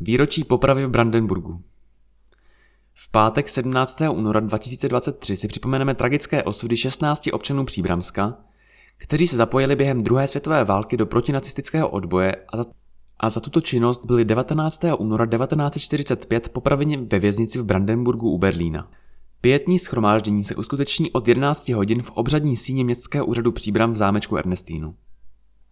Výročí popravy v Brandenburgu. V pátek 17. února 2023 si připomeneme tragické osudy 16 občanů Příbramska, kteří se zapojili během druhé světové války do protinacistického odboje a za tuto činnost byli 19. února 1945 popraveni ve věznici v Brandenburgu u Berlína. Pietní shromáždění se uskuteční od 11 hodin v obřadní síni městského úřadu Příbram v zámečku Ernestínu.